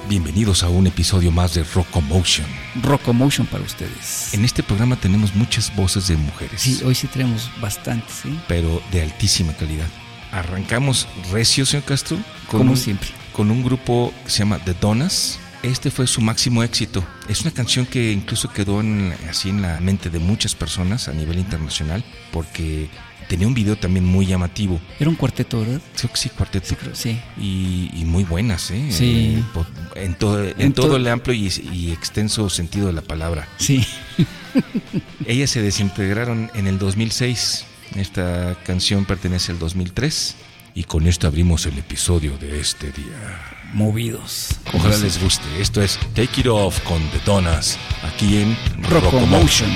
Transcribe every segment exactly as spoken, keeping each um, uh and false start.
Bienvenidos a un episodio más de Rockomotion. Rockomotion para ustedes. En este programa tenemos muchas voces de mujeres. Sí, hoy sí tenemos bastantes, ¿sí? Pero de altísima calidad. Arrancamos recio, señor Castro. Con Como un, siempre. Con un grupo que se llama The Donnas. Este fue su máximo éxito. Es una canción que incluso quedó en, así en la mente de muchas personas a nivel internacional porque tenía un video también muy llamativo. Era un cuarteto, ¿verdad? Creo que sí, cuarteto. Sí, creo, sí. Y, y muy buenas, ¿eh? Sí. Eh, en, todo, en, en todo to- el amplio y, y extenso sentido de la palabra. Sí. Ellas se desintegraron en el dos mil seis. Esta canción pertenece al dos mil tres. Y con esto abrimos el episodio de este día. Movidos. Ojalá les guste. Esto es Take It Off con The Donnas, aquí en Rockomotion.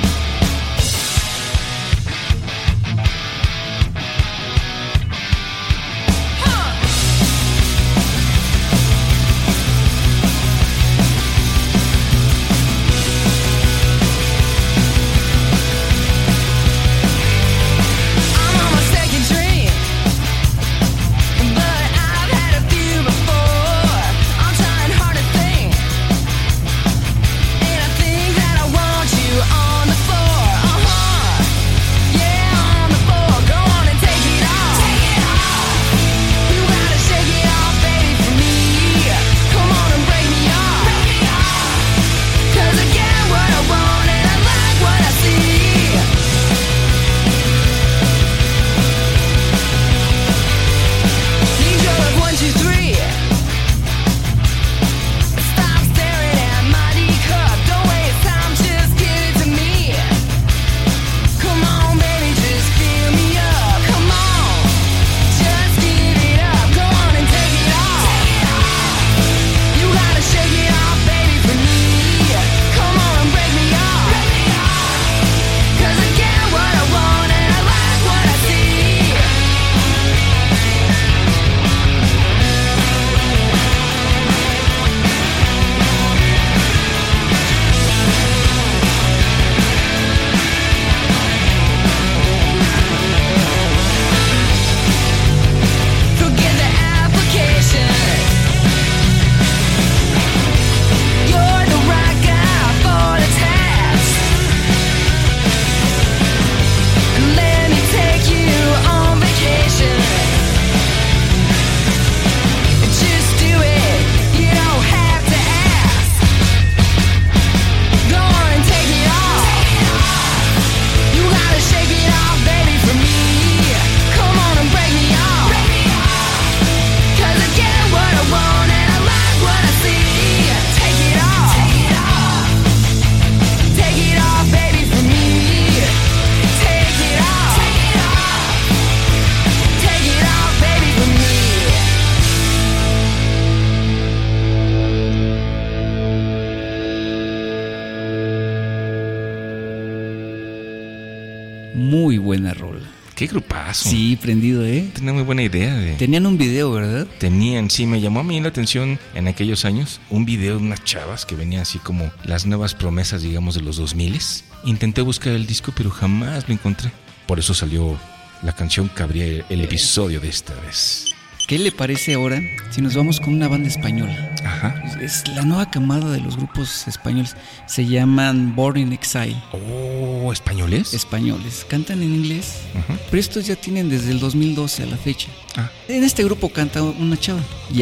Muy buena rola. Qué grupazo. Sí, prendido, ¿eh? Tenía muy buena idea de... Tenían un video, ¿verdad? Tenían, sí, me llamó a mí la atención en aquellos años un video de unas chavas que venían así como las nuevas promesas, digamos, de los dos miles. Intenté buscar el disco, pero jamás lo encontré. Por eso salió la canción que abría el episodio de esta vez. ¿Qué le parece ahora si nos vamos con una banda española? Ajá. Es la nueva camada de los grupos españoles. Se llaman Born in Exile. Oh, ¿españoles? Españoles. Cantan en inglés, uh-huh. Pero estos ya tienen desde el dos mil doce a la fecha. Ah. En este grupo canta una chava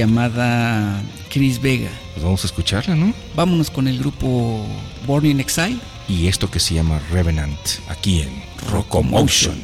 llamada Cris Vega. Pues vamos a escucharla, ¿no? Vámonos con el grupo Born in Exile. Y esto que se llama Revenant, aquí en Rockomotion.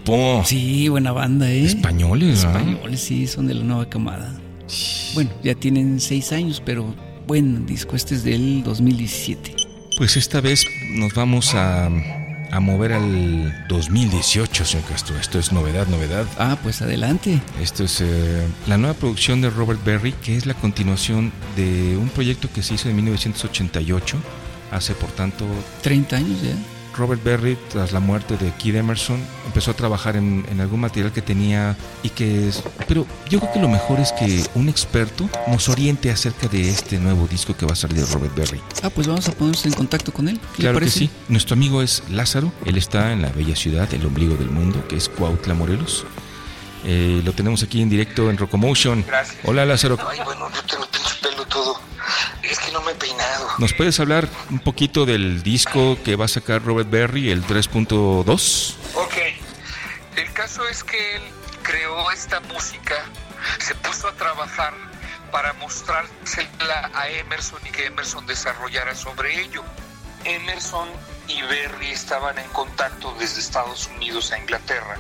grupo. Sí, buena banda, ¿eh? Españoles, ¿no? Españoles, sí, son de la nueva camada. Bueno, ya tienen seis años, pero buen disco. Este es del dos mil diecisiete. Pues esta vez nos vamos a, a mover al dos mil dieciocho, señor Castro. Esto es novedad, novedad. Ah, pues adelante. Esto es eh, la nueva producción de Robert Berry, que es la continuación de un proyecto que se hizo en mil novecientos ochenta y ocho. Hace, por tanto, treinta años ya. Robert Berry, tras la muerte de Keith Emerson, empezó a trabajar en, en algún material que tenía y que es... Pero yo creo que lo mejor es que un experto nos oriente acerca de este nuevo disco que va a salir de Robert Berry. Ah, pues vamos a ponernos en contacto con él. ¿Qué Claro le que parece? sí. Nuestro amigo es Lázaro. Él está en la bella ciudad, el ombligo del mundo, que es Cuautla, Morelos. Eh, lo tenemos aquí en directo en Rocomotion. Gracias. Hola, Lázaro. Ay, bueno, yo tengo el pinche pelo todo. Es que no me he peinado. ¿Nos puedes hablar un poquito del disco que va a sacar Robert Berry, el tres punto dos? Ok. El caso es que él creó esta música, se puso a trabajar para mostrársela a Emerson y que Emerson desarrollara sobre ello. Emerson y Berry estaban en contacto desde Estados Unidos a Inglaterra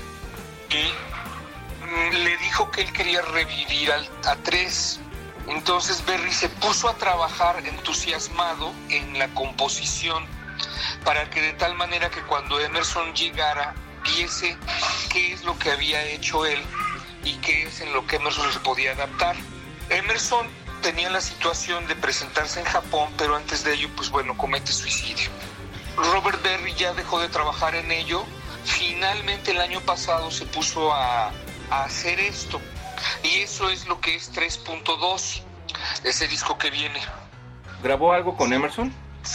y le dijo que él quería revivir al, a tres. Entonces Berry se puso a trabajar entusiasmado en la composición para que de tal manera que cuando Emerson llegara viese qué es lo que había hecho él y qué es en lo que Emerson se podía adaptar. Emerson tenía la situación de presentarse en Japón, pero antes de ello, pues bueno, comete suicidio. Robert Berry ya dejó de trabajar en ello. Finalmente el año pasado se puso a, a hacer esto. Y eso es lo que es tres punto dos, ese disco que viene. ¿Grabó algo con Emerson?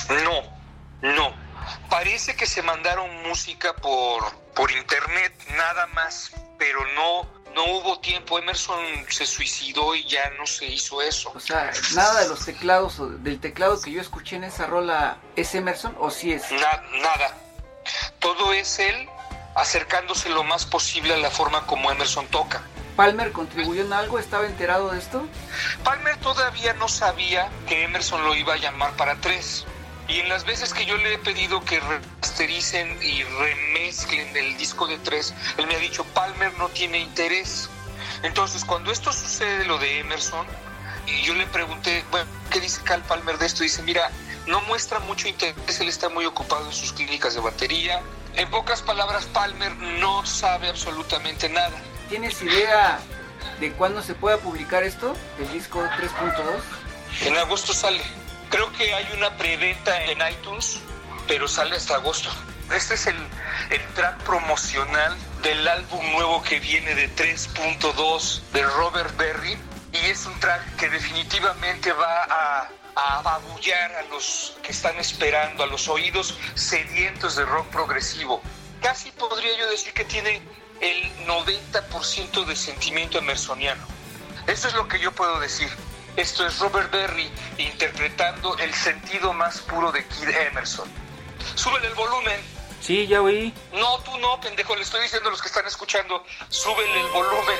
No, no. Parece que se mandaron música por, por internet, nada más, pero no, no hubo tiempo. Emerson se suicidó y ya no se hizo eso. O sea, nada de los teclados o del teclado que yo escuché en esa rola es Emerson o sí es. Na, nada. Todo es él acercándose lo más posible a la forma como Emerson toca. ¿Palmer contribuyó en algo? ¿Estaba enterado de esto? Palmer todavía no sabía que Emerson lo iba a llamar para tres. Y en las veces que yo le he pedido que remastericen y remezclen el disco de tres, él me ha dicho, Palmer no tiene interés. Entonces, cuando esto sucede, lo de Emerson, y yo le pregunté, bueno, ¿qué dice Cal Palmer de esto? Dice, mira, no muestra mucho interés, él está muy ocupado en sus clínicas de batería. En pocas palabras, Palmer no sabe absolutamente nada. ¿Tienes idea de cuándo se pueda publicar esto, el disco tres punto dos? En agosto sale. Creo que hay una preventa en iTunes, pero sale hasta agosto. Este es el, el track promocional del álbum nuevo que viene de tres punto dos de Robert Berry. Y es un track que definitivamente va a, a apabullar a los que están esperando, a los oídos sedientos de rock progresivo. Casi podría yo decir que tiene el noventa por ciento de sentimiento emersoniano. Eso es lo que yo puedo decir. Esto es Robert Berry interpretando el sentido más puro de Keith Emerson. Súbele el volumen. Sí, ya oí. No, tú no, pendejo, le estoy diciendo a los que están escuchando, súbele el volumen.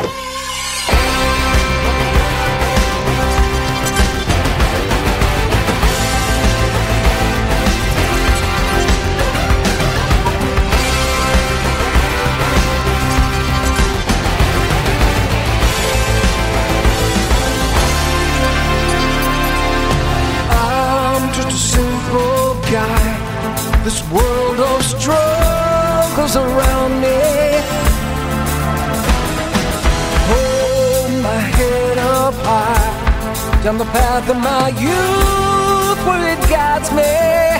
This world of struggles around me. Hold my head up high, down the path of my youth where it guides me.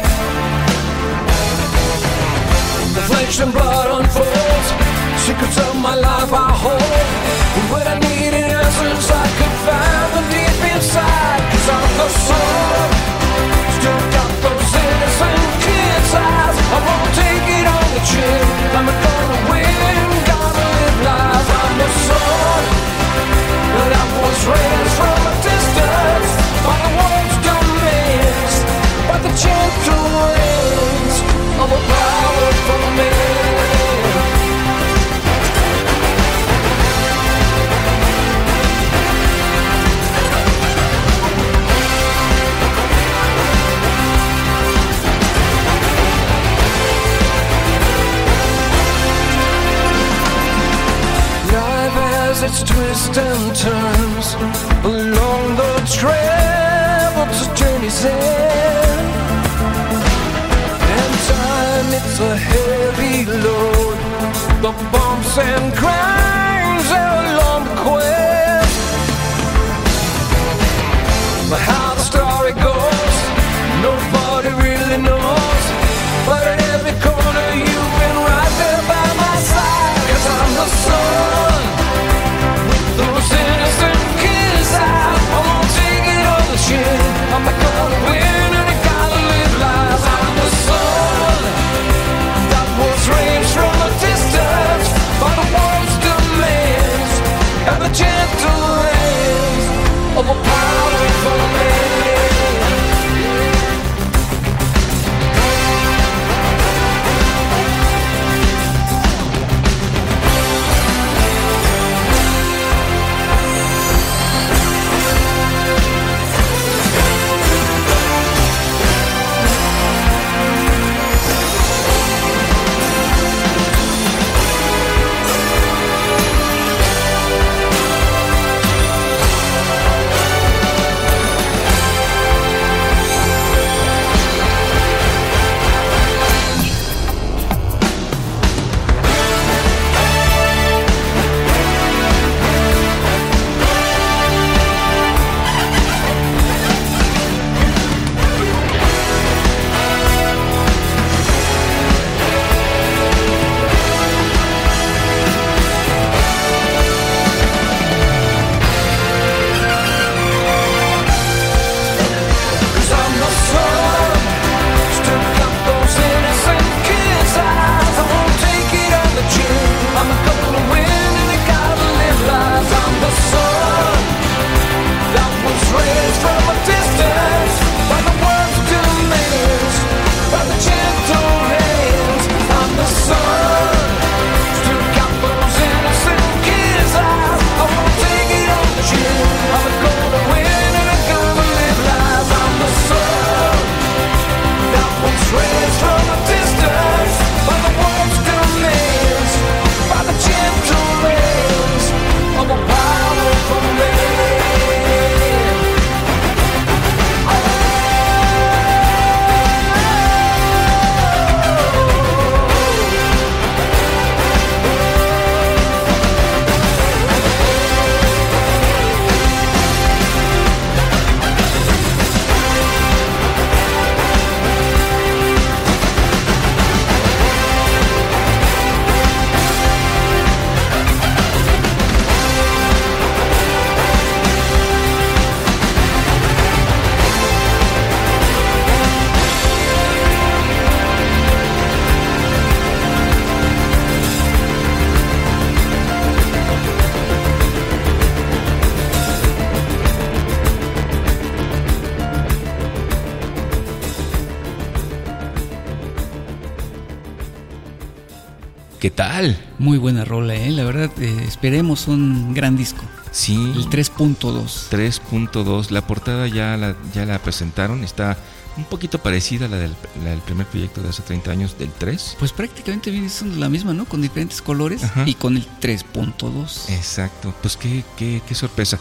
The flesh and blood unfolds, secrets of my life I hold. And when I needed answers I could find them deep inside. 'Cause I'm the soul, still got those innocent kids' eyes. I won't take it on the chin. I'm gonna win, gonna live life. I'm the sword that I was raised from a distance. By the world's domains, by the gentle winds of a powerful man. knows its twists and turns along the travel to journey's end. And time, it's a heavy load. The bumps and grinds are a long quest. But how the story goes, nobody really knows. But at every corner you've been right there by my side. 'Cause I'm the sun with those innocent kids out. I'm gonna take it on the chin. I'm not gonna win and I gotta live life. I'm the sun that was raised from a distance by the world's demands and the gentle hands of a powerful man. ¿Qué tal? Muy buena rola, ¿eh? La verdad, eh, esperemos un gran disco. Sí. El tres punto dos. tres punto dos. La portada ya la, ya la presentaron. Está un poquito parecida a la del, la del primer proyecto de hace treinta años, del tres. Pues prácticamente viene siendo la misma, ¿no? Con diferentes colores. Ajá. Y con el tres punto dos. Exacto. Pues qué, qué, qué sorpresa.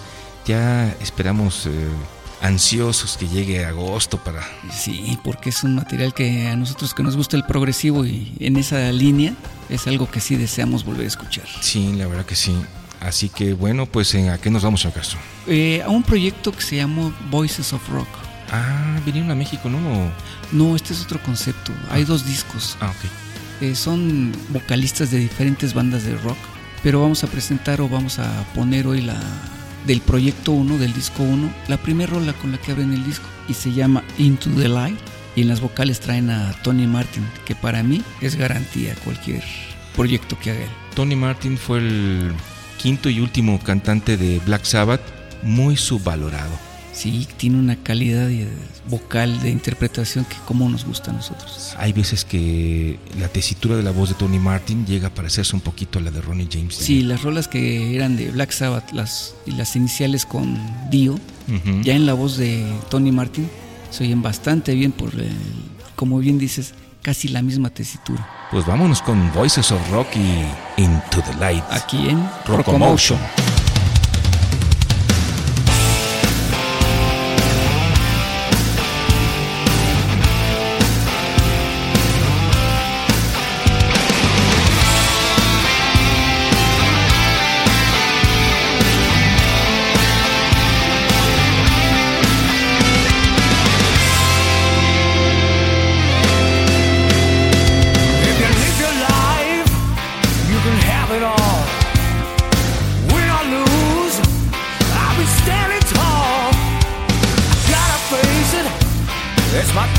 Ya esperamos... Eh, ansiosos que llegue agosto para... Sí, porque es un material que a nosotros que nos gusta el progresivo y en esa línea es algo que sí deseamos volver a escuchar. Sí, la verdad que sí. Así que bueno, pues ¿a qué nos vamos, acaso? Eh, a un proyecto que se llamó Voices of Rock. Ah, vinieron a México, ¿no? No, este es otro concepto. Ah. Hay dos discos. Ah, ok. Eh, son vocalistas de diferentes bandas de rock, pero vamos a presentar o vamos a poner hoy la... del proyecto uno, del disco uno, la primera rola con la que abren el disco y se llama Into the Light, y en las vocales traen a Tony Martin, que para mí es garantía cualquier proyecto que haga él. Tony Martin fue el quinto y último cantante de Black Sabbath, muy subvalorado. Sí, tiene una calidad vocal de interpretación que como nos gusta a nosotros. Hay veces que la tesitura de la voz de Tony Martin llega a parecerse un poquito a la de Ronnie James. Sí, las rolas que eran de Black Sabbath, las, y las iniciales con Dio, uh-huh. ya en la voz de Tony Martin se oyen bastante bien por, el, como bien dices, casi la misma tesitura. Pues vámonos con Voices of Rock y Into the Light. Aquí en Rock-O-Motion.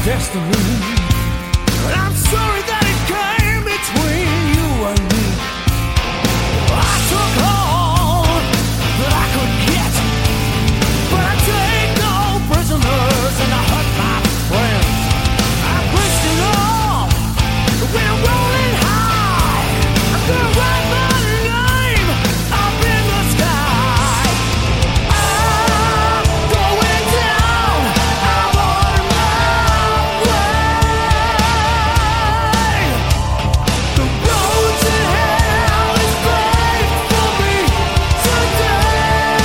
destiny. But I'm sorry that it came between you and me. I took all that I could get, but I take no prisoners and I hurt my friends. I pushed it all, we're rolling high. I'm gonna write my name up in the sky. I'm going down, I'm on my way. The road to hell is paved for me today.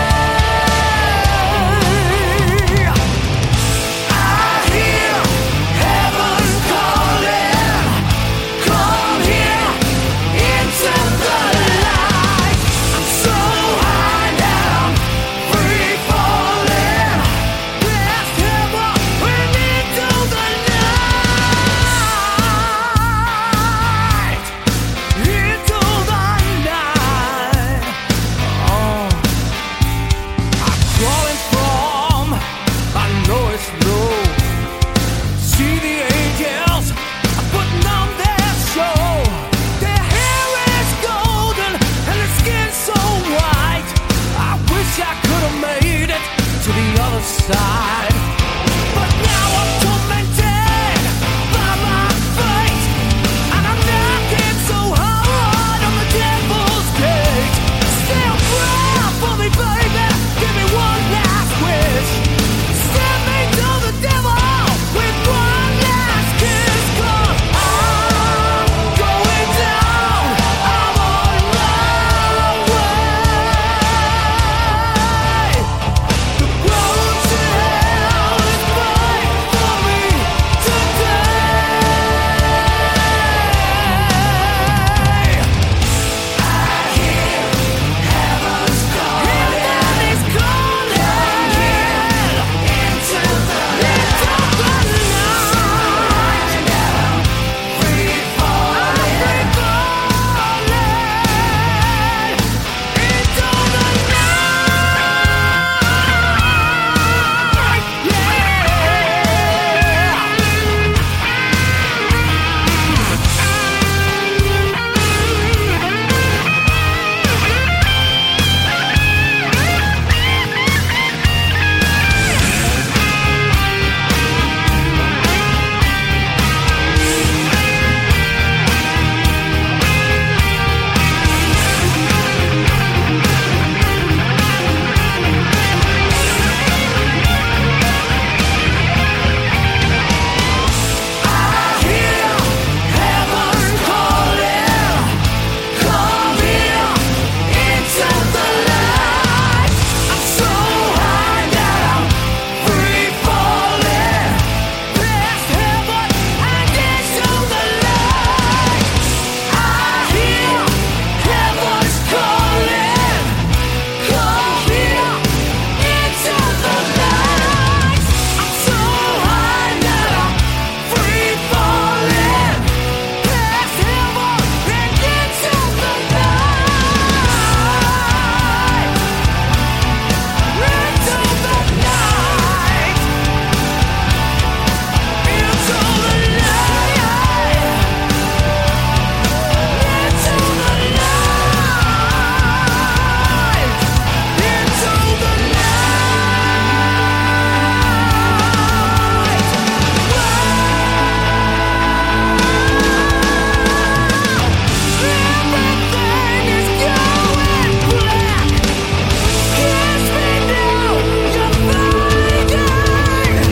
I hear heaven calling, come here into the light. I'm so high now, free falling, past heaven and into the night, into the night. Oh, I'm crawling from, I know it's low. See the angels putting on their show. Their hair is golden and their skin so white. I wish I could have made it to the other side. But now I'm tormented by my fate, and I'm knocking so hard on the devil's gate. Still pray for me, baby, give me one last wish. Send me to the devil with one last kiss. 'Cause I'm going down, I'm on my way. The road to hell is paved for me today. I hear heaven's calling, heaven is calling into the night. Free falling, free falling into the night. I hear heaven's calling, come here into the light. I'm so high now, free falling, past heaven and into the light. I hear heaven's calling, come here into the light. I'm so high now, free falling, past heaven and into the night, into the night, into the night, into the Everything is going black. Kiss me now, you're fading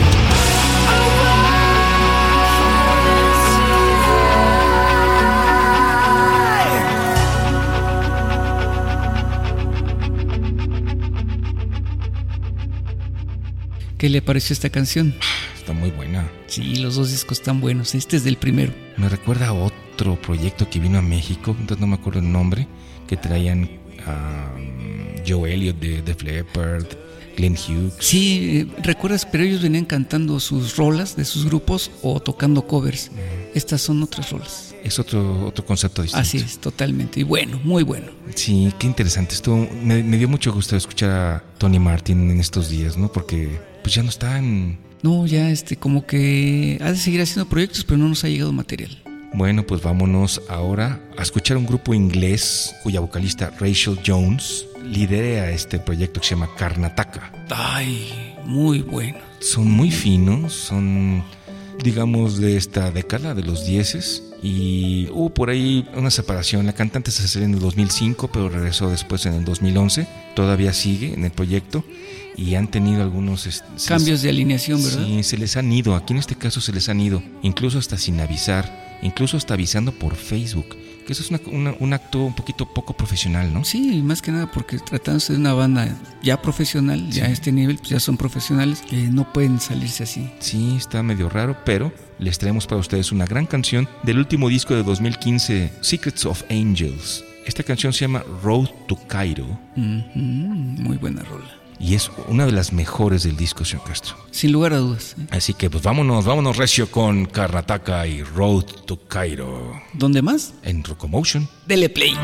¿Qué le pareció esta canción? Está muy buena. Sí, los dos discos están buenos. Este es del primero. Me recuerda a otro proyecto que vino a México, entonces no me acuerdo el nombre, que traían a um, Joe Elliott de Def Leppard, Glenn Hughes. Sí, eh, recuerdas, pero ellos venían cantando sus rolas de sus grupos o tocando covers. Estas son otras rolas. Es otro, otro concepto distinto. Así es, totalmente. Y bueno, muy bueno. Sí, qué interesante. Estuvo, me, me dio mucho gusto escuchar a Tony Martin en estos días, ¿no? Porque pues ya no está en, No, ya este, como que ha de seguir haciendo proyectos, pero no nos ha llegado material. Bueno, pues vámonos ahora a escuchar un grupo inglés cuya vocalista Rachel Jones lidera este proyecto que se llama Karnataka. Ay, muy bueno. Son muy finos, son, digamos, de esta década, de los dieces. Y hubo por ahí una separación. La cantante se salió en el dos mil cinco, pero regresó después en el dos mil once. Todavía sigue en el proyecto y han tenido algunos est- Cambios de alineación, ¿verdad? Sí, se les han ido. Aquí en este caso se les han ido, incluso hasta sin avisar, incluso hasta avisando por Facebook. Que eso es una, una, un acto un poquito poco profesional, ¿no? Sí, más que nada porque tratándose de una banda ya profesional, Sí. ya a este nivel, pues ya son profesionales, que no pueden salirse así. Sí, está medio raro, pero les traemos para ustedes una gran canción del último disco de dos mil quince, Secrets of Angels. Esta canción se llama Road to Cairo Ujú, muy buena rola. y es una de las mejores del disco, señor Castro. Sin lugar a dudas. ¿eh? Así que pues vámonos, vámonos recio con Karnataka y Road to Cairo ¿Dónde más? en Rocomotion. Dele play.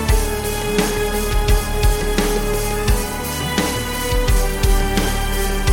Road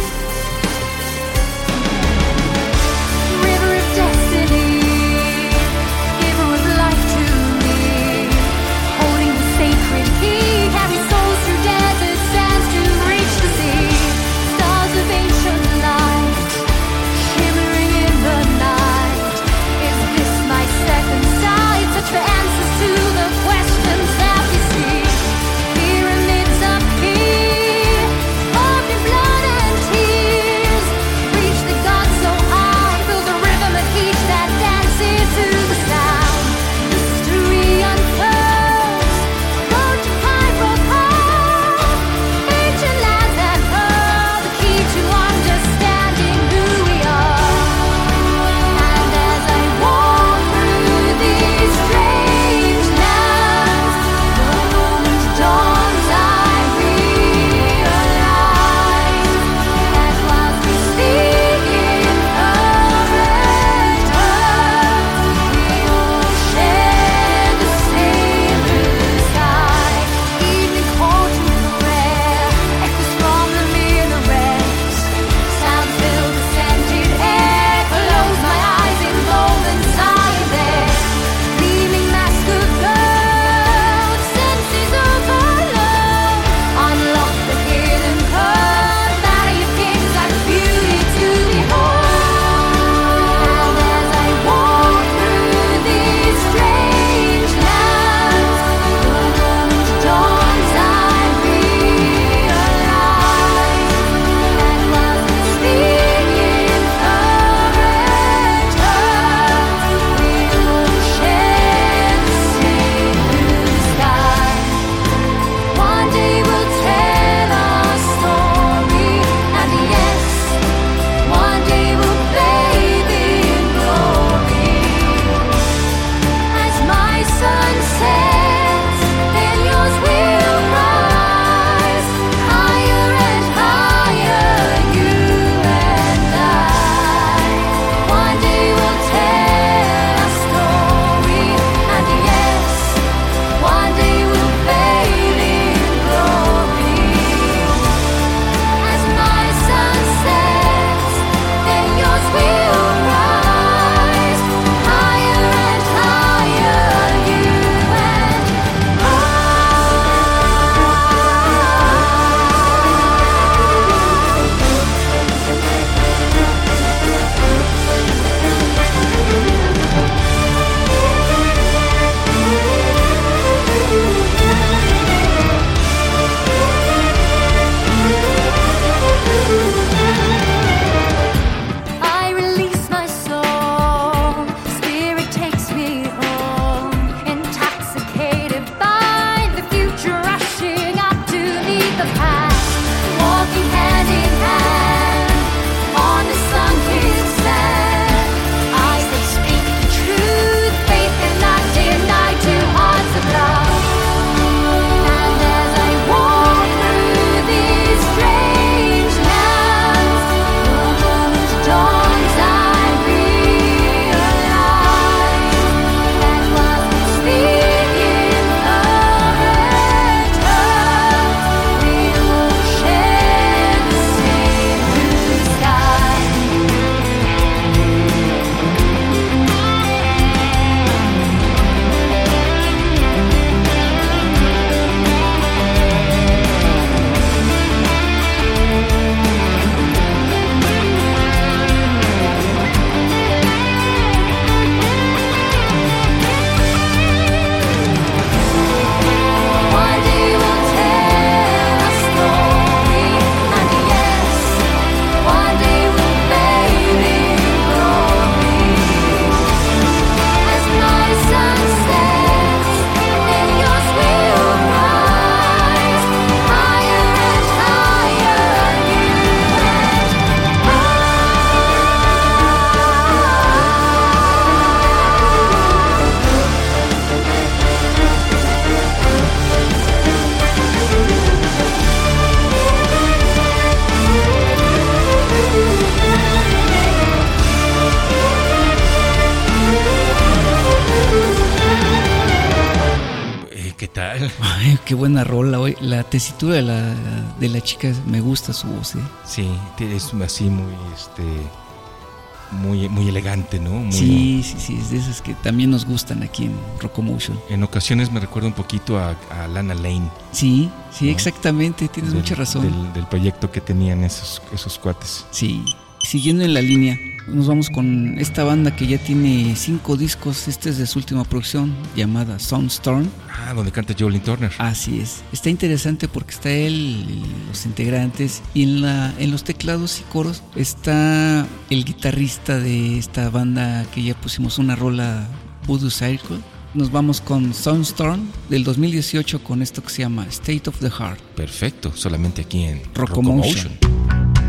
¿Cuál? Ay, qué buena rola, hoy. La tesitura de la, de la chica, me gusta su voz, ¿eh? Sí, es así muy, este, muy, muy elegante, ¿no? Muy, sí, sí, sí, es de esas que también nos gustan aquí en Rocomotion. En ocasiones me recuerda un poquito a, a Lana Lane. Sí, sí, ¿no? Exactamente, tienes Del, mucha razón. Del, del proyecto que tenían esos, esos cuates. Sí, siguiendo en la línea, nos vamos con esta banda que ya tiene cinco discos. Este es de su última producción, llamada Soundstorm. Ah, donde canta Jolene Turner. Así es. Está interesante porque está él y los integrantes, y en, la, en los teclados y coros está el guitarrista de esta banda que ya pusimos una rola, Voodoo Circle. Nos vamos con Soundstorm del dos mil dieciocho con esto que se llama State of the Heart. Perfecto, solamente aquí en Rocomotion. Rocomotion.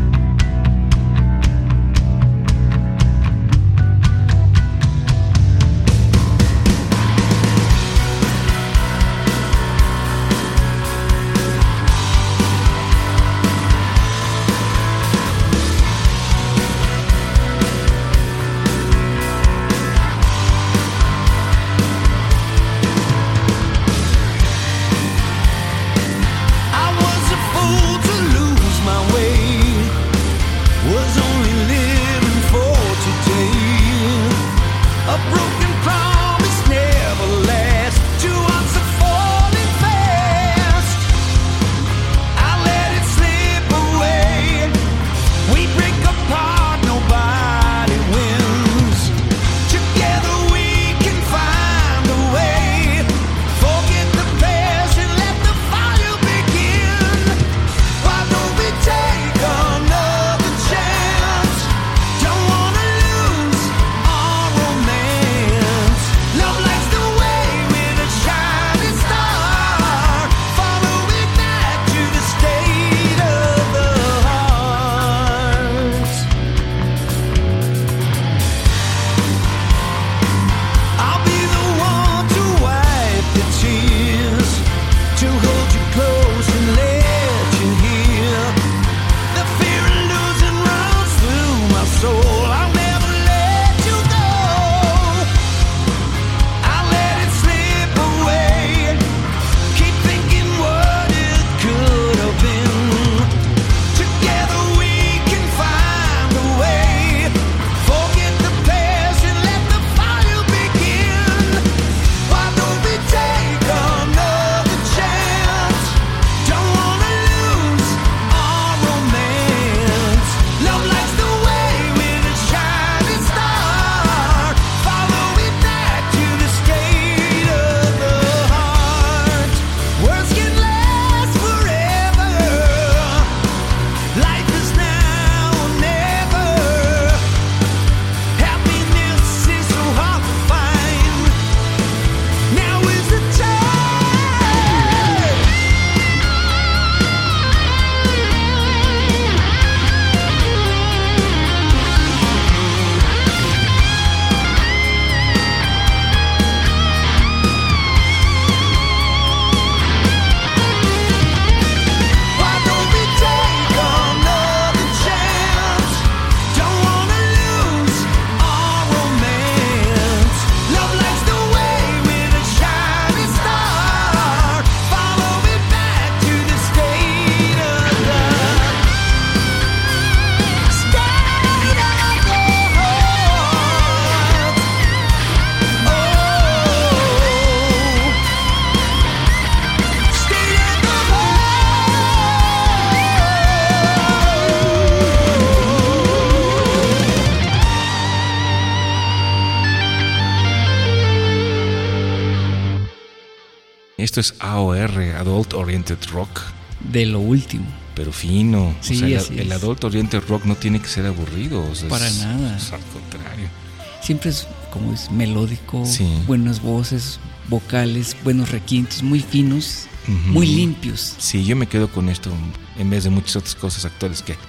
Esto es A O R, Adult Oriented Rock. De lo último. Pero fino. Sí, o sea, así el, el es. Adult Oriented Rock no tiene que ser aburrido. O sea, Para es, nada. Es al contrario. Siempre es, como es, melódico, Sí. buenas voces, vocales, buenos requintos, muy finos, Ujú. muy limpios. Sí, yo me quedo con esto en vez de muchas otras cosas actuales que...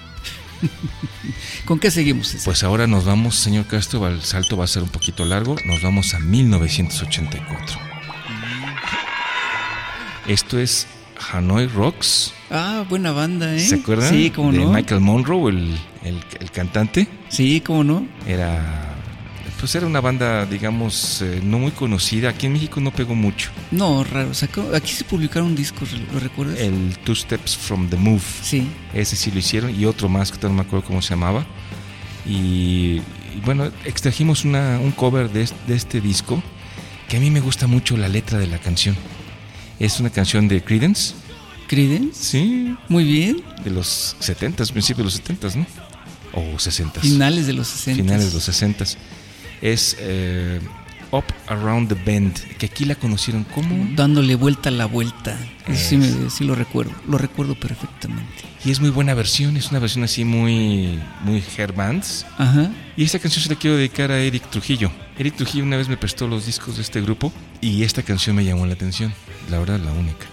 ¿Con qué seguimos, César? Pues ahora nos vamos, señor Castro, el salto va a ser un poquito largo. Nos vamos a mil novecientos ochenta y cuatro. Esto es Hanoi Rocks. Ah, buena banda, ¿eh? ¿Se acuerdan? Sí, cómo de no. Michael Monroe, el, el, el cantante. Sí, cómo no. Era pues era una banda, digamos, eh, no muy conocida. Aquí en México no pegó mucho. No, raro. Sacó, aquí se publicaron discos, ¿lo recuerdas? El Two Steps from the Move. Sí. Ese sí lo hicieron. Y otro más que no me acuerdo cómo se llamaba. Y, y bueno, extrajimos una, un cover de este, de este disco, que a mí me gusta mucho la letra de la canción. Es una canción de Creedence. ¿Creedence? Sí. Muy bien. De los setentas, principios de los setentas, ¿no? O sesentas. Finales de los sesentas. Finales de los sesentas. Es eh, Up Around the Bend, que aquí la conocieron como... Dándole vuelta a la vuelta. Eso sí, me, sí lo recuerdo, lo recuerdo perfectamente. Y es muy buena versión, es una versión así muy, muy hair bands. Ajá. Y esta canción se la quiero dedicar a Eric Trujillo. Eric Trujillo una vez me prestó los discos de este grupo y esta canción me llamó la atención. La verdad, la única.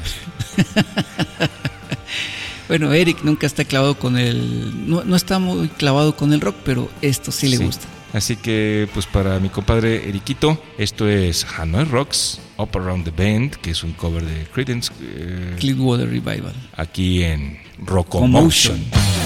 Bueno, Eric nunca está clavado con el... No, no está muy clavado con el rock, pero esto sí le sí. gusta. Así que, pues para mi compadre Eriquito, esto es Hanoi Rocks, Up Around the Bend, que es un cover de Creedence. Eh, Clearwater Revival. Aquí en Rockomotion.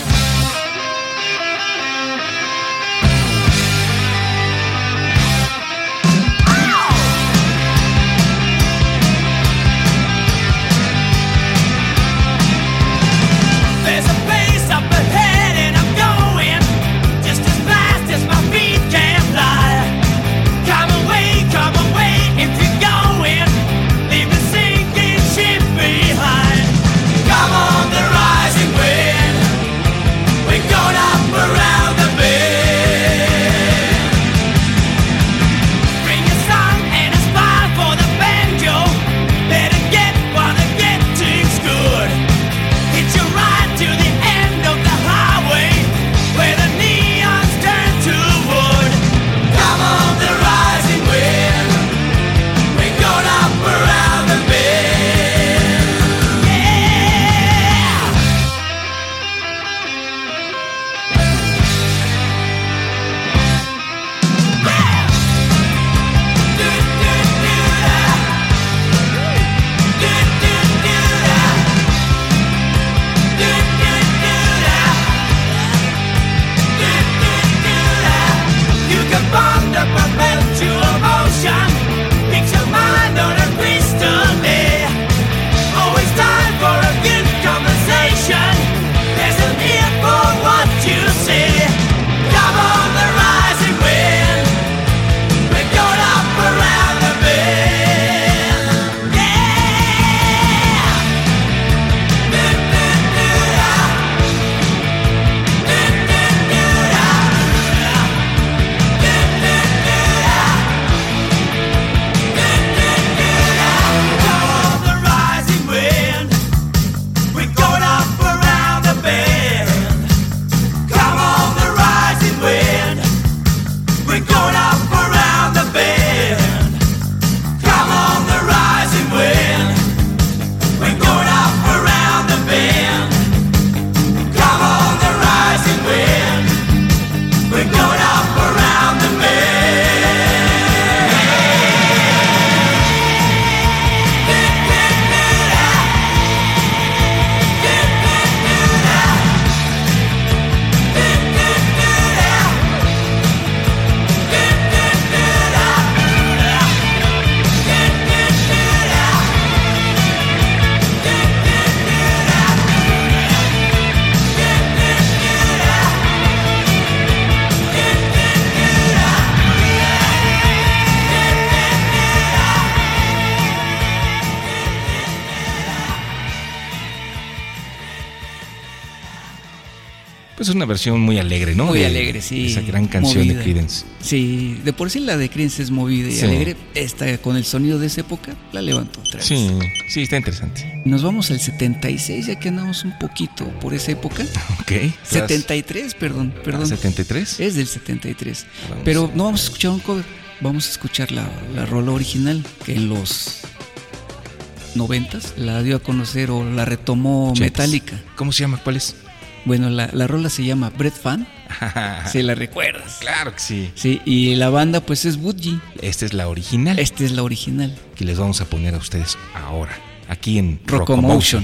Pues es una versión muy alegre, ¿no? Muy de, alegre, sí. Esa gran canción movida. de Creedence. Sí, de por sí la de Creedence es movida y sí. alegre. Esta, con el sonido de esa época, la levantó otra vez. Sí, sí, está interesante. Nos vamos al setenta y seis, ya que andamos un poquito por esa época. Ok. setenta y tres, perdón, perdón. ¿setenta y tres? Es del setenta y tres. Vamos. Pero no vamos a escuchar un cover, vamos a escuchar la, la rola original, que en los noventas la dio a conocer o la retomó Chetas. Metallica. ¿Cómo se llama? ¿Cuál es? Bueno, la, la rola se llama Bread Fan. ¿Se la recuerdas? Claro que sí. Sí, y la banda pues es Budgie. Esta es la original. Esta es la original. Que les vamos a poner a ustedes ahora, aquí en Rockomotion.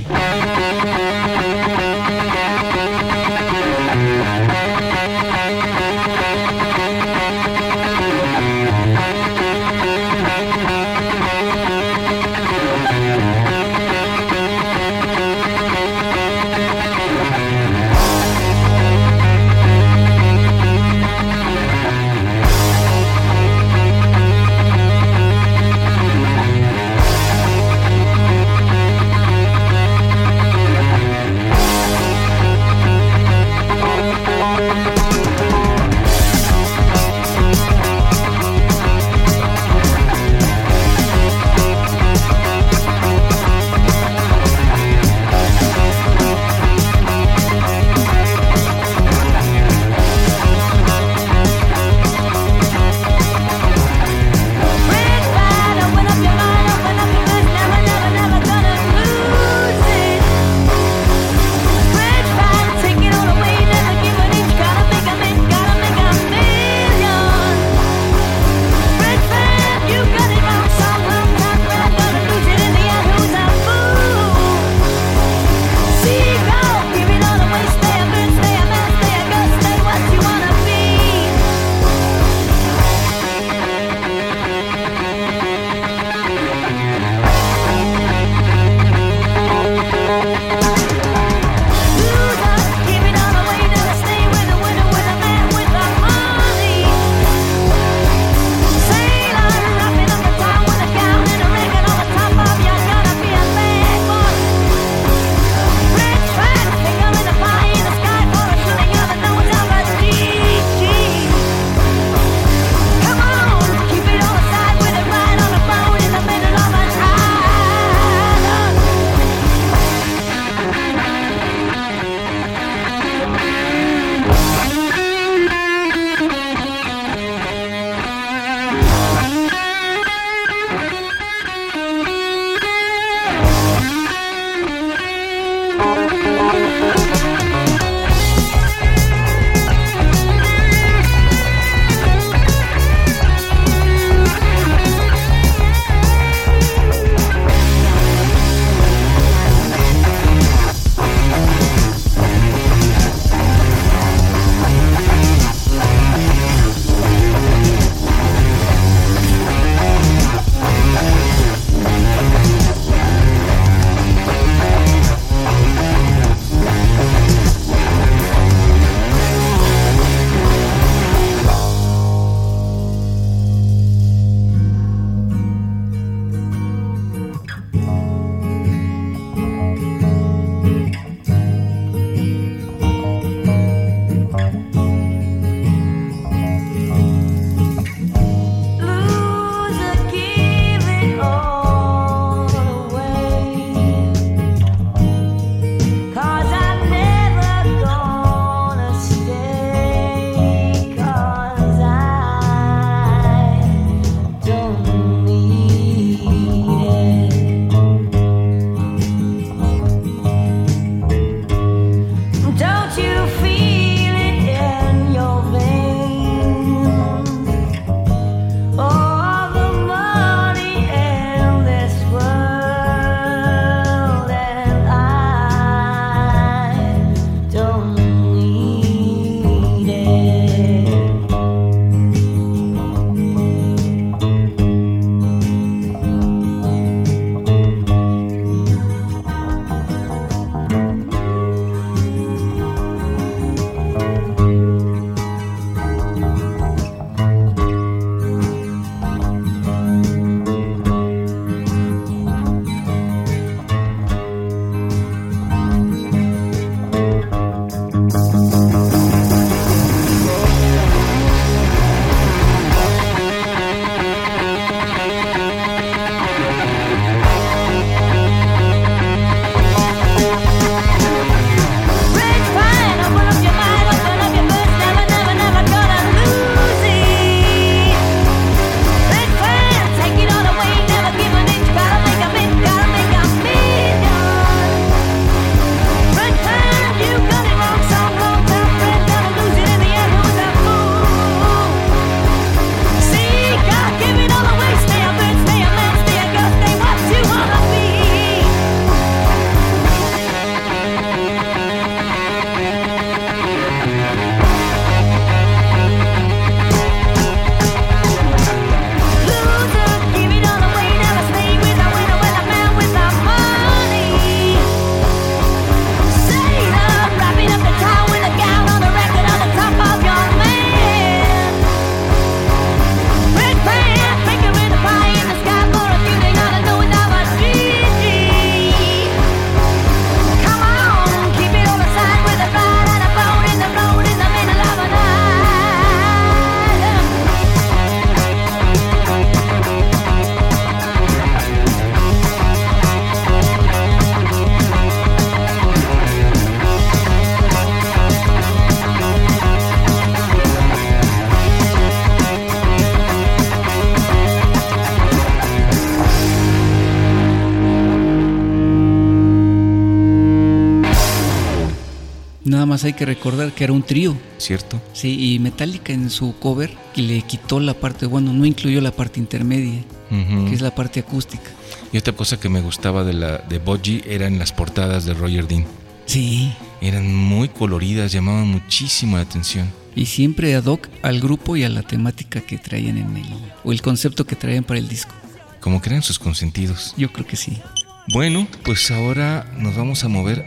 hay que recordar que era un trío. ¿Cierto? Sí, y Metallica en su cover le quitó la parte, bueno, no incluyó la parte intermedia, Uh-huh. que es la parte acústica. Y otra cosa que me gustaba de la de Budgie eran las portadas de Roger Dean. Sí, Eran muy coloridas, llamaban muchísimo la atención. y siempre ad hoc al grupo y a la temática que traían en el, o el concepto que traían para el disco. Como que eran sus consentidos. Yo creo que sí. Bueno, pues ahora nos vamos a mover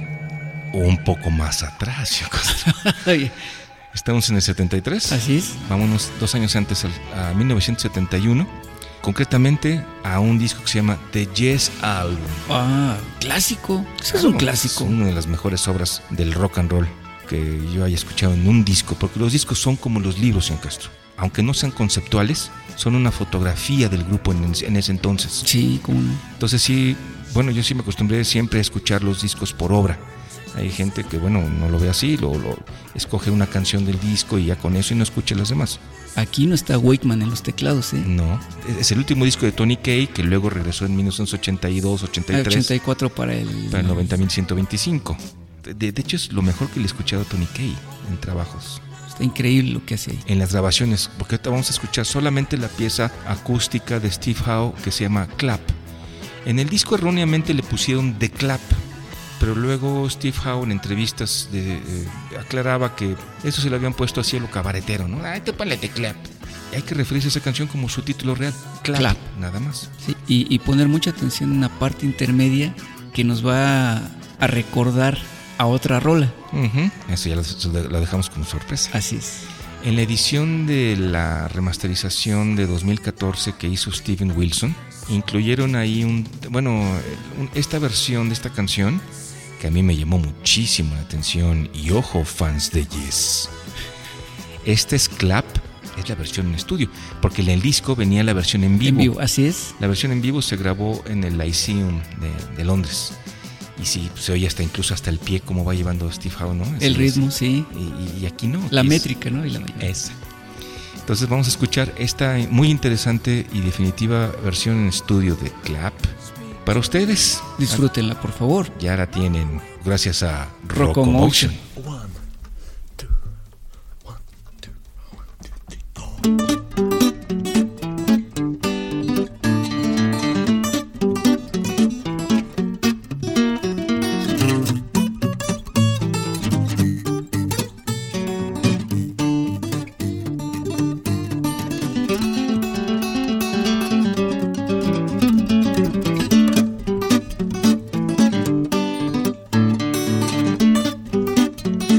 un poco más atrás, yo creo. Estamos en el setenta y tres. Así es. Vámonos dos años antes, al- a mil novecientos setenta y uno. Concretamente a un disco que se llama The Yes Album. Ah, clásico. Ese es Claro, un clásico. Es una de las mejores obras del rock and roll que yo haya escuchado en un disco, porque los discos son como los libros, señor Castro. Aunque no sean conceptuales, son una fotografía del grupo en, en ese entonces. Sí, cómo no. Entonces sí, bueno, yo sí me acostumbré siempre a escuchar los discos por obra. Hay gente que, bueno, no lo ve así, lo, lo escoge una canción del disco y ya con eso y no escucha las demás. Aquí no está Wakeman en los teclados, ¿eh? No, es el último disco de Tony Kaye, que luego regresó en mil novecientos ochenta y dos, ochenta y tres, ochenta y cuatro para el... para el noventa mil ciento veinticinco. De, de hecho es lo mejor que le he escuchado a Tony Kaye en trabajos, Está increíble lo que hace ahí. en las grabaciones, porque ahorita vamos a escuchar solamente la pieza acústica de Steve Howe que se llama Clap. En el disco erróneamente le pusieron The Clap, pero luego Steve Howe en entrevistas de, eh, aclaraba que eso se lo habían puesto así a lo cabaretero, ¿no? Ay, te ponle The Clap. Y hay que referirse a esa canción como su título real, Clap, Clap. nada más. Sí, y, y poner mucha atención en una parte intermedia que nos va a, a recordar a otra rola. Uh-huh. Eso ya lo, lo dejamos como sorpresa. Así es. En la edición de la remasterización de dos mil catorce que hizo Steven Wilson, incluyeron ahí un, bueno, un- esta versión de esta canción que a mí me llamó muchísimo la atención. Y ojo, fans de Yes, este es Clap, es la versión en estudio, porque en el disco venía la versión en vivo. En vivo, así es. La versión en vivo se grabó en el Lyceum de, de Londres. Y sí, se oye hasta incluso hasta el pie cómo va llevando Steve Howe, ¿no? El Así, ritmo, así. sí. Y, y aquí no. La aquí es- métrica, ¿no? Y la mayor. esa. Entonces vamos a escuchar esta muy interesante y definitiva versión en estudio de Clap. Para ustedes, Disfrútenla, por favor. ya la tienen gracias a Rocomotion. Rocomotion. One,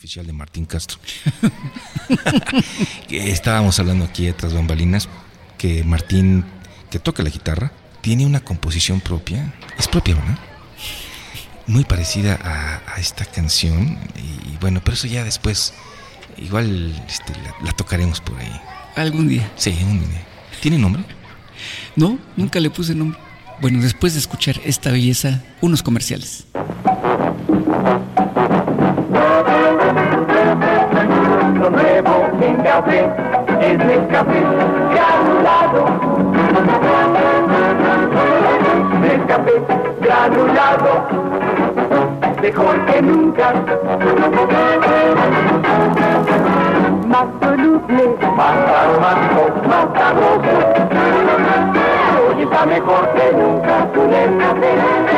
oficial de Martín Castro. Que estábamos hablando aquí tras bambalinas que Martín, que toca la guitarra, tiene una composición propia. Es propia, ¿verdad? Muy parecida a, a esta canción. Y, y bueno, pero eso ya después, igual este, la, la tocaremos por ahí. Algún día. Sí, un día. ¿Tiene nombre? No, nunca le puse nombre. Bueno, después de escuchar esta belleza, unos comerciales. Lo nuevo en café es el café granulado. El café granulado, mejor que nunca. Más soluble, más aromático, más sabroso. Hoy está mejor que nunca con el café.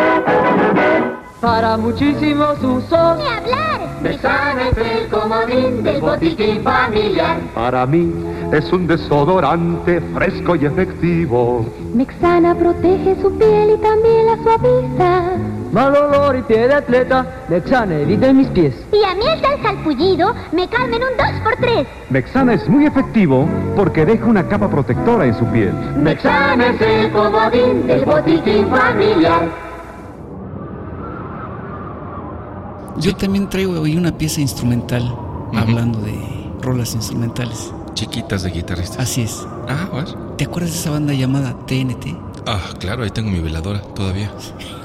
Para muchísimos usos. ¡Ni hablar! Mexana es el comodín del botiquín familiar. Para mí es un desodorante fresco y efectivo. Mexana protege su piel y también la suaviza. Mal olor y pie de atleta, Mexana evita mis pies. Y a mí el tal salpullido me calma en un dos por tres. Mexana es muy efectivo porque deja una capa protectora en su piel. Mexana es el comodín del botiquín familiar. Yo también traigo hoy una pieza instrumental, uh-huh. hablando de rolas instrumentales. Chiquitas de guitarristas. Así es. Ah, a ver. ¿Te acuerdas de esa banda llamada T N T? Ah, claro, ahí tengo mi veladora todavía.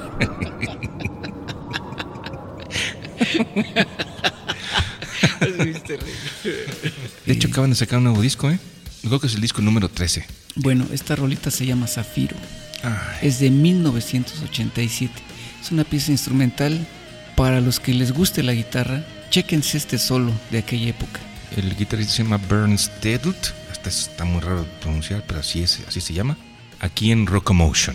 De hecho, acaban de sacar un nuevo disco, ¿eh? Creo que es el disco número trece. Bueno, esta rolita se llama Zafiro. Ay. Es de mil novecientos ochenta y siete. Es una pieza instrumental. Para los que les guste la guitarra, chéquense este solo de aquella época. El guitarrista se llama Bernd Stedelt. Hasta está muy raro de pronunciar, pero así es, así se llama. Aquí en Rockomotion.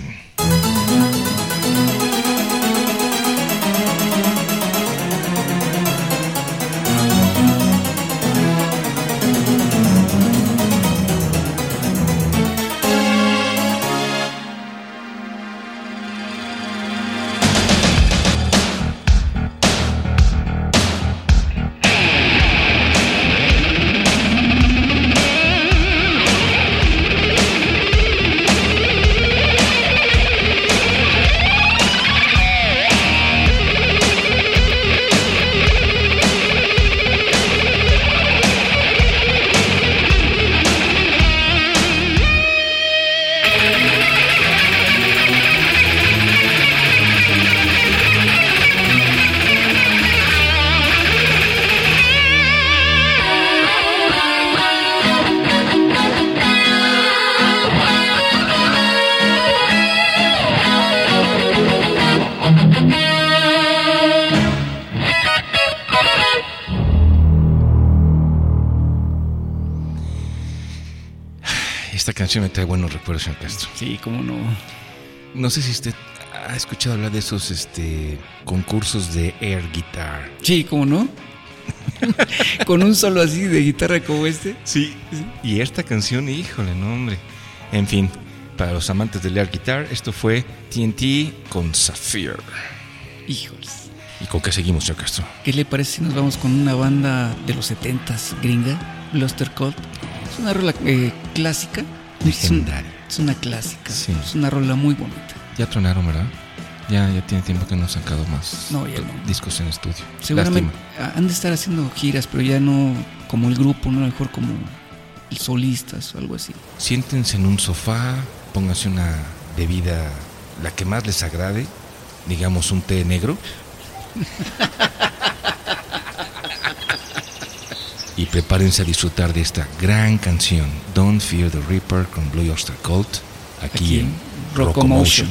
Esta canción me trae buenos recuerdos, señor Castro. Sí, cómo no. No sé si usted ha escuchado hablar de esos este, concursos de air guitar. Sí, cómo no. Con un solo así de guitarra como este. Sí. Y esta canción, híjole, no, hombre. En fin, para los amantes del air guitar, esto fue T N T con Zafiro. Híjoles. ¿Y con qué seguimos, señor Castro? ¿Qué le parece si nos vamos con una banda de los setentas gringa, Bluster Cult? Es una rola eh, clásica. Legendaria. Es, un, es una clásica. Sí. Es una rola muy bonita. Ya tronaron, ¿verdad? Ya, ya tiene tiempo que no han sacado más no, ya no. discos en estudio. Seguramente Lástima. Han de estar haciendo giras, pero ya no como el grupo, no a lo mejor como solistas o algo así. Siéntense en un sofá, pónganse una bebida, la que más les agrade, digamos un té negro. Y prepárense a disfrutar de esta gran canción, Don't Fear the Reaper con Blue Oyster Cult, aquí, aquí en Rockomotion.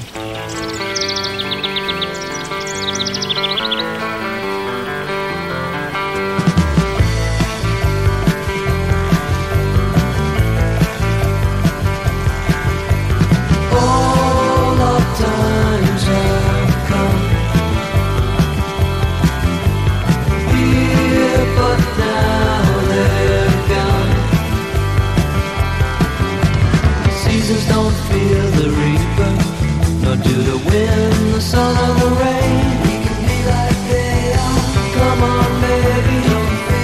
Sun or the rain, we can be like they are. Come on, baby, don't fear.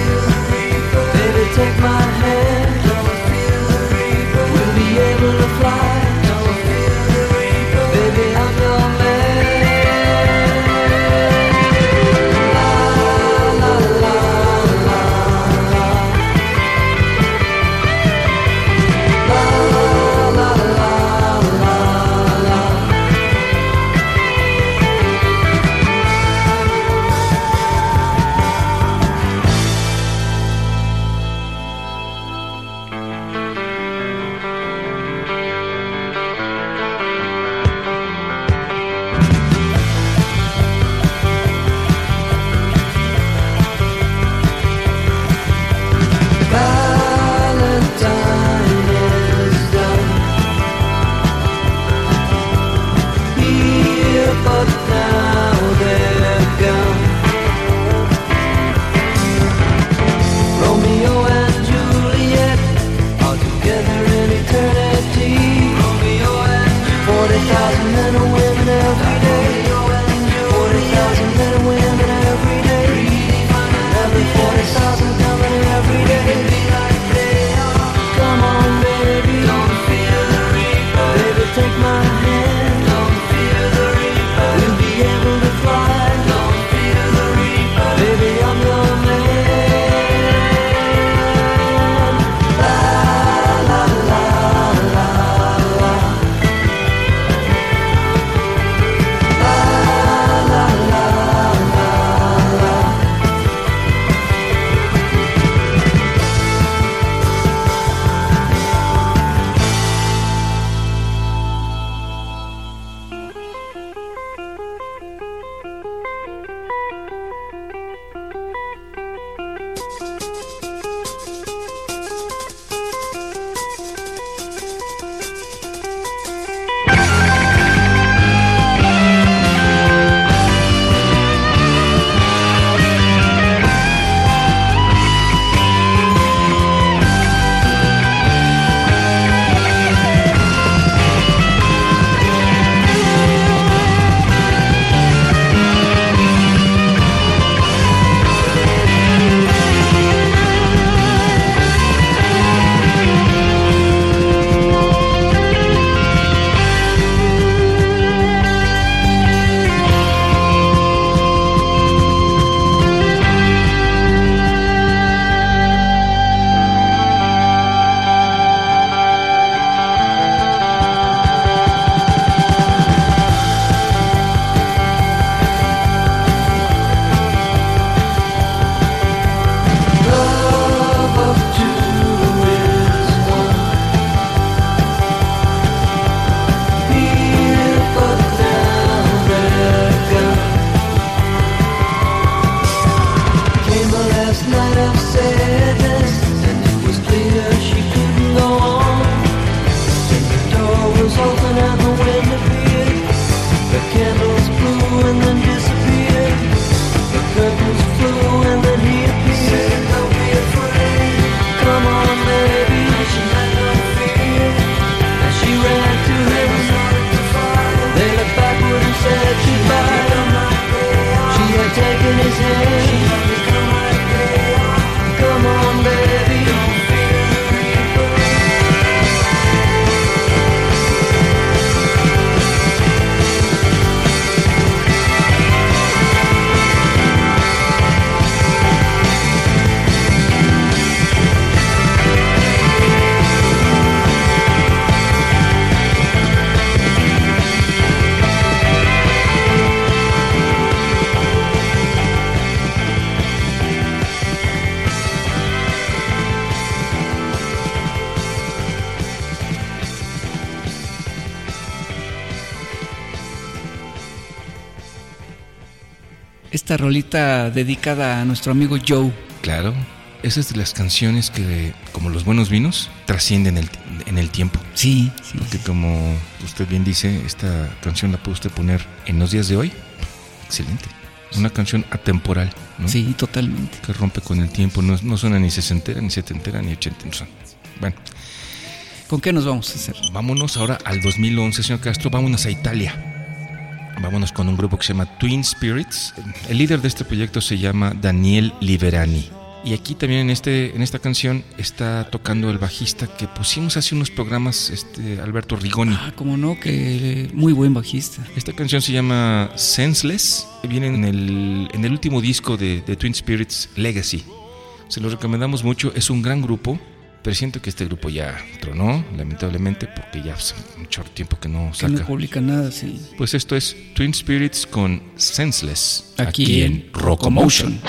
Esta rolita dedicada a nuestro amigo Joe. Claro, esa es de las canciones que, como los buenos vinos, trascienden el, en el tiempo. Sí, sí. Porque como usted bien dice, esta canción la puede usted poner en los días de hoy. Excelente. Una canción atemporal, ¿no? Sí, totalmente. Que rompe con el tiempo. No, no suena ni sesentera, ni setentera, ni ochentera. No suena. Bueno. ¿Con qué nos vamos a hacer? Vámonos ahora al dos mil once, señor Castro. Vámonos a Italia. Vámonos con un grupo que se llama Twin Spirits. El líder de este proyecto se llama Daniel Liverani. Y aquí también en, este, en esta canción está tocando el bajista que pusimos hace unos programas, este Alberto Rigoni. Ah, como no, que muy buen bajista. Esta canción se llama Senseless. Viene en el, en el último disco de, de Twin Spirits, Legacy. Se lo recomendamos mucho. Es un gran grupo, pero siento que este grupo ya tronó, lamentablemente, porque ya hace mucho tiempo que no saca. Que no publica nada, sí. Pues esto es Twin Spirits con Senseless, aquí, aquí en, en Rocomotion.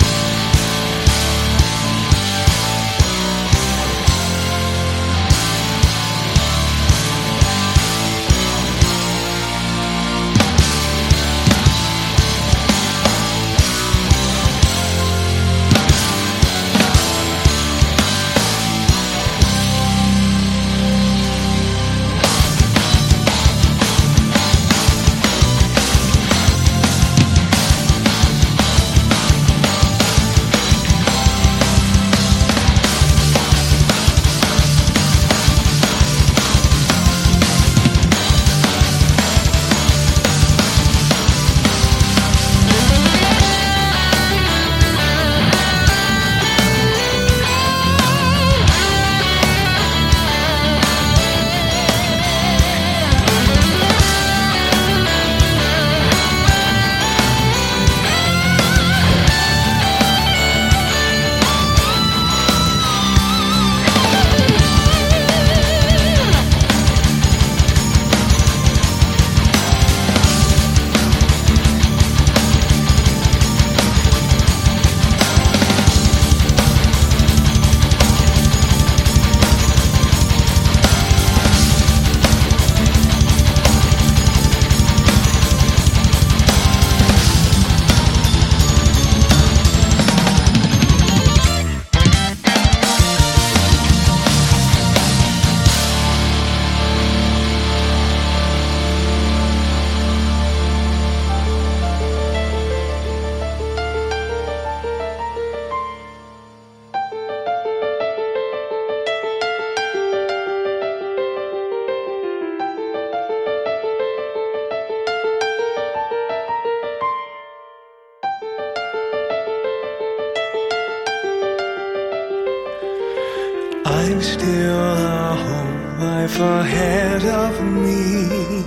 I'm still a whole life ahead of me,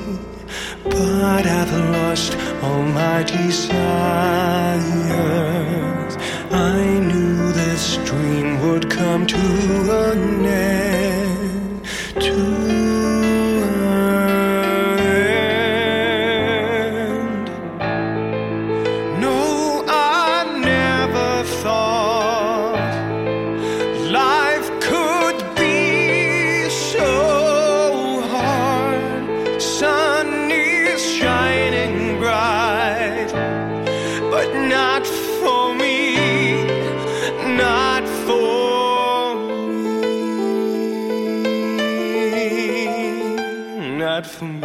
but I've lost all my desires. I knew this dream would come to an end, to an end. No, I never thought life could be so hard. Sun is shining bright, but not for me, not for me, not for me.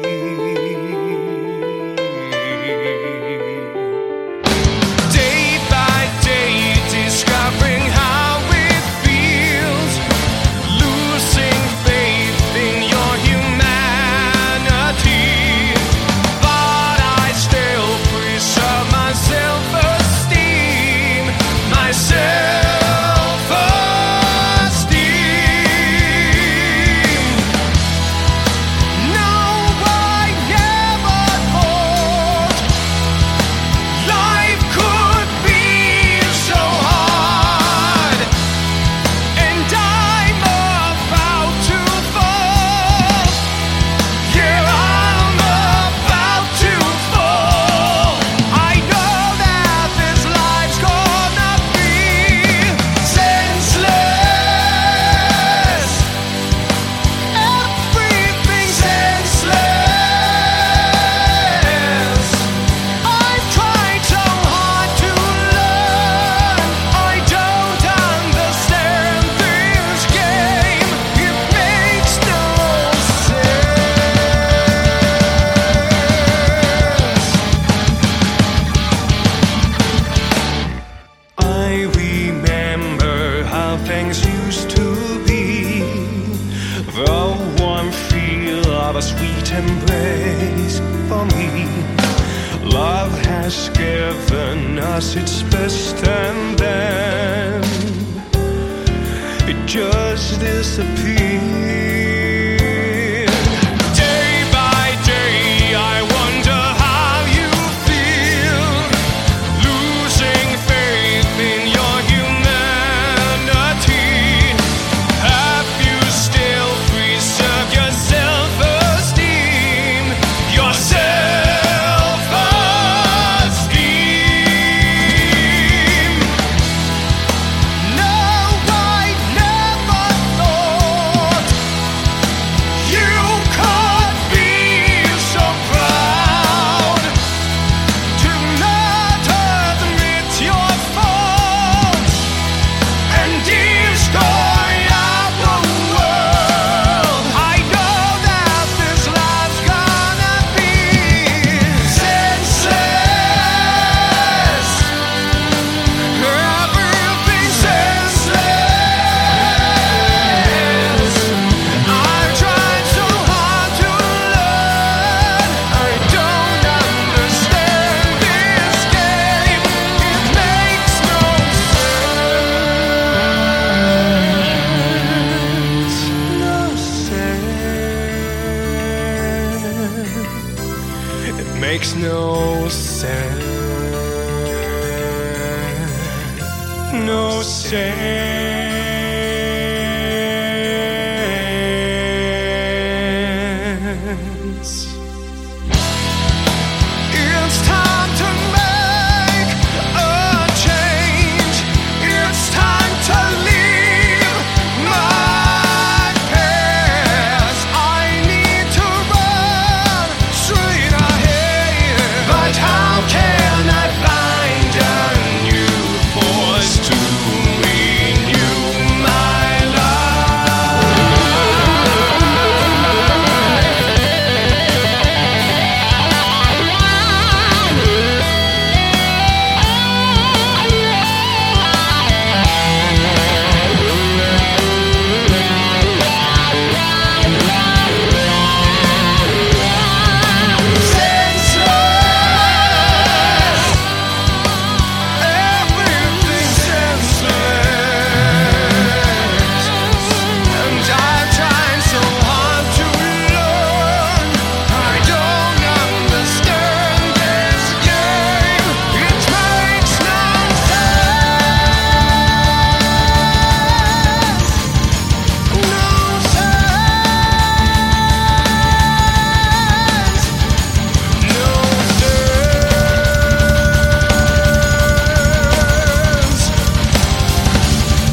Day by day, discovering how it feels, losing faith in your humanity, but I still preserve my self-esteem, my self-esteem. No one of a sweet embrace for me. Love has given us its best and then it just disappeared. Day by day I wonder how you feel, losing faith in your humanity. Have you still preserved your self-esteem? Your self-esteem? No, I never thought you could be so proud to not admit your faults and destroy our world. I know that this life's gonna be senseless. Everything's senseless. I've tried so hard to learn. I don't understand this game. It makes no sense. No sense. It makes no sense. No sense. It's time to make a change. It's time to leave my past. I need to run straight ahead. But how can I find a new force to renew my life? Senseless. Everything's senseless. And I've tried so hard to learn. I don't understand this game. It makes no sense. No sense. No sense.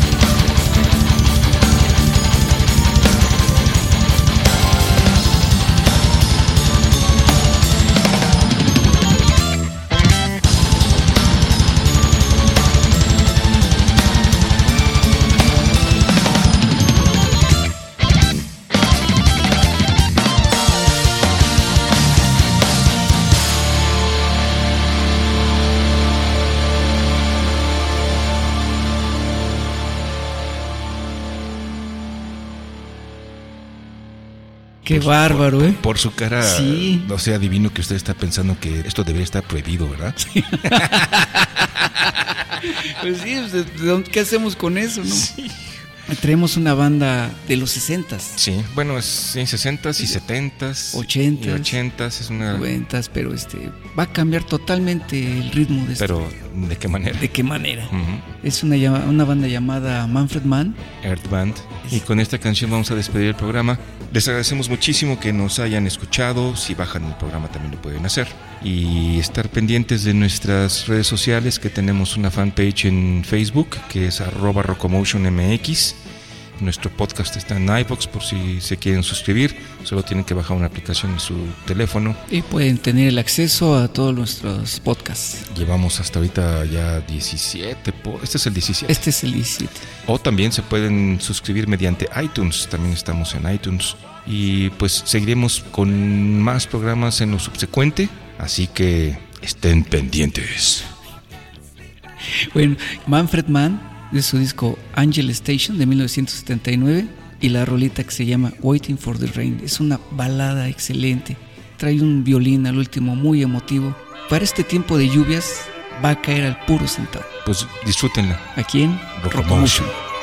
Qué bárbaro, ¿eh? Por su cara, Sí. no sé, adivino que usted está pensando que esto debería estar prohibido, ¿verdad? Pues sí, ¿de- de dónde- ¿qué hacemos con eso, no? Traemos una banda de los sesentas, Sí, bueno, es sí, sesentas y setentas. ochentas, Y ochentas, es una... noventas, pero este va a cambiar totalmente el ritmo de esto. Pero, ¿de qué manera? ¿De qué manera? Ujú. Es una, llama- una banda llamada Manfred Mann. Earth Band. Y con esta canción vamos a despedir el programa. Les agradecemos muchísimo que nos hayan escuchado. Si bajan el programa también lo pueden hacer. Y estar pendientes de nuestras redes sociales, que tenemos una fanpage en Facebook, que es arroba rocomotionmx. Nuestro podcast está en iVoox por si se quieren suscribir. Solo tienen que bajar una aplicación en su teléfono. Y pueden tener el acceso a todos nuestros podcasts. Llevamos hasta ahorita ya diecisiete. po- Este es el diecisiete. Este es el diecisiete. O también se pueden suscribir mediante iTunes. También estamos en iTunes. Y pues seguiremos con más programas en lo subsecuente. Así que estén pendientes. Bueno, Manfred Mann, de su disco Angel Station de mil novecientos setenta y nueve, y la rolita que se llama Waiting for the Rain. Es una balada excelente, trae un violín al último muy emotivo. Para este tiempo de lluvias va a caer al puro centavo. Pues disfrútenla. Aquí en Rocomotion.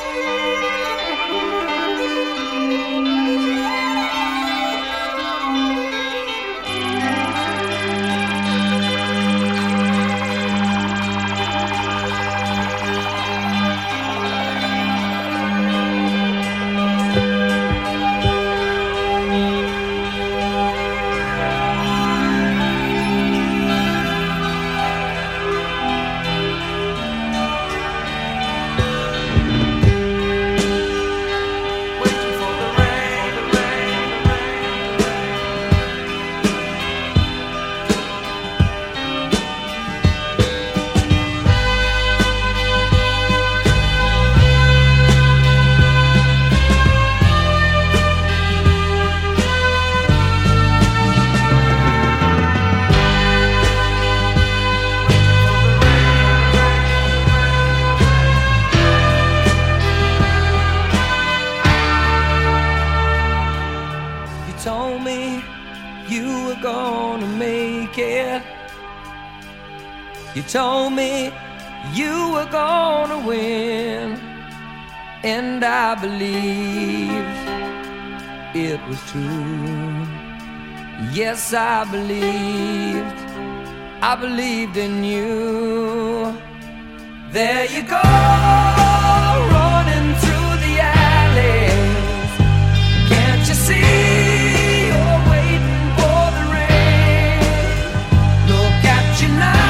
Told me you were gonna win, and I believed it was true. Yes, I believed, I believed in you. There you go, running through the alleys. Can't you see you're waiting for the rain? Look at you now,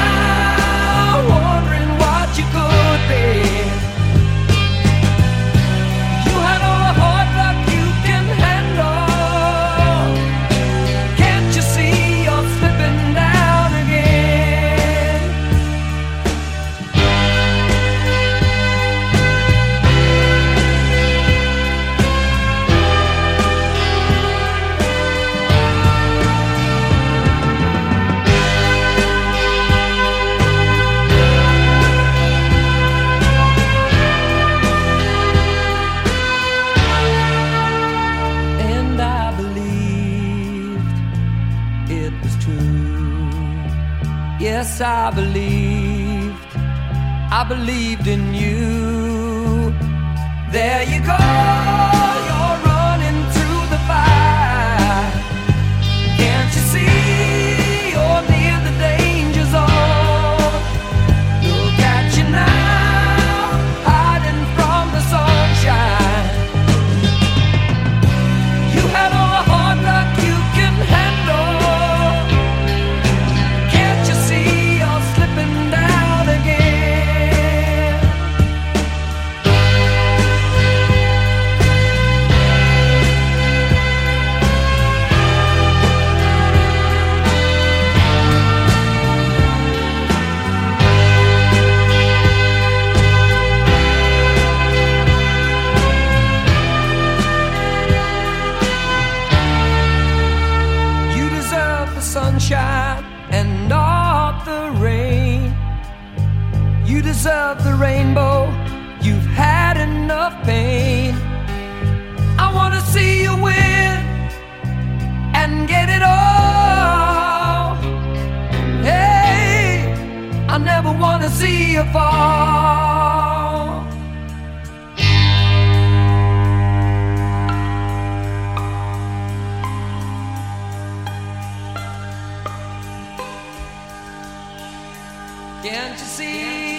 you could be. You had all the hard luck you can handle. Can't you see you're slipping down again? Yes, I believed, I believed in you. There you go, you're running through the fire. Can't you see you're near the danger zone? Look at you now, hiding from the sunshine. You had all the hard luck you can handle. Down again. You deserve the sunshine and not the rain. You deserve the rainbow, you've had enough pain. I wanna see you win and get it all. Hey, I never wanna see you fall. Can't you see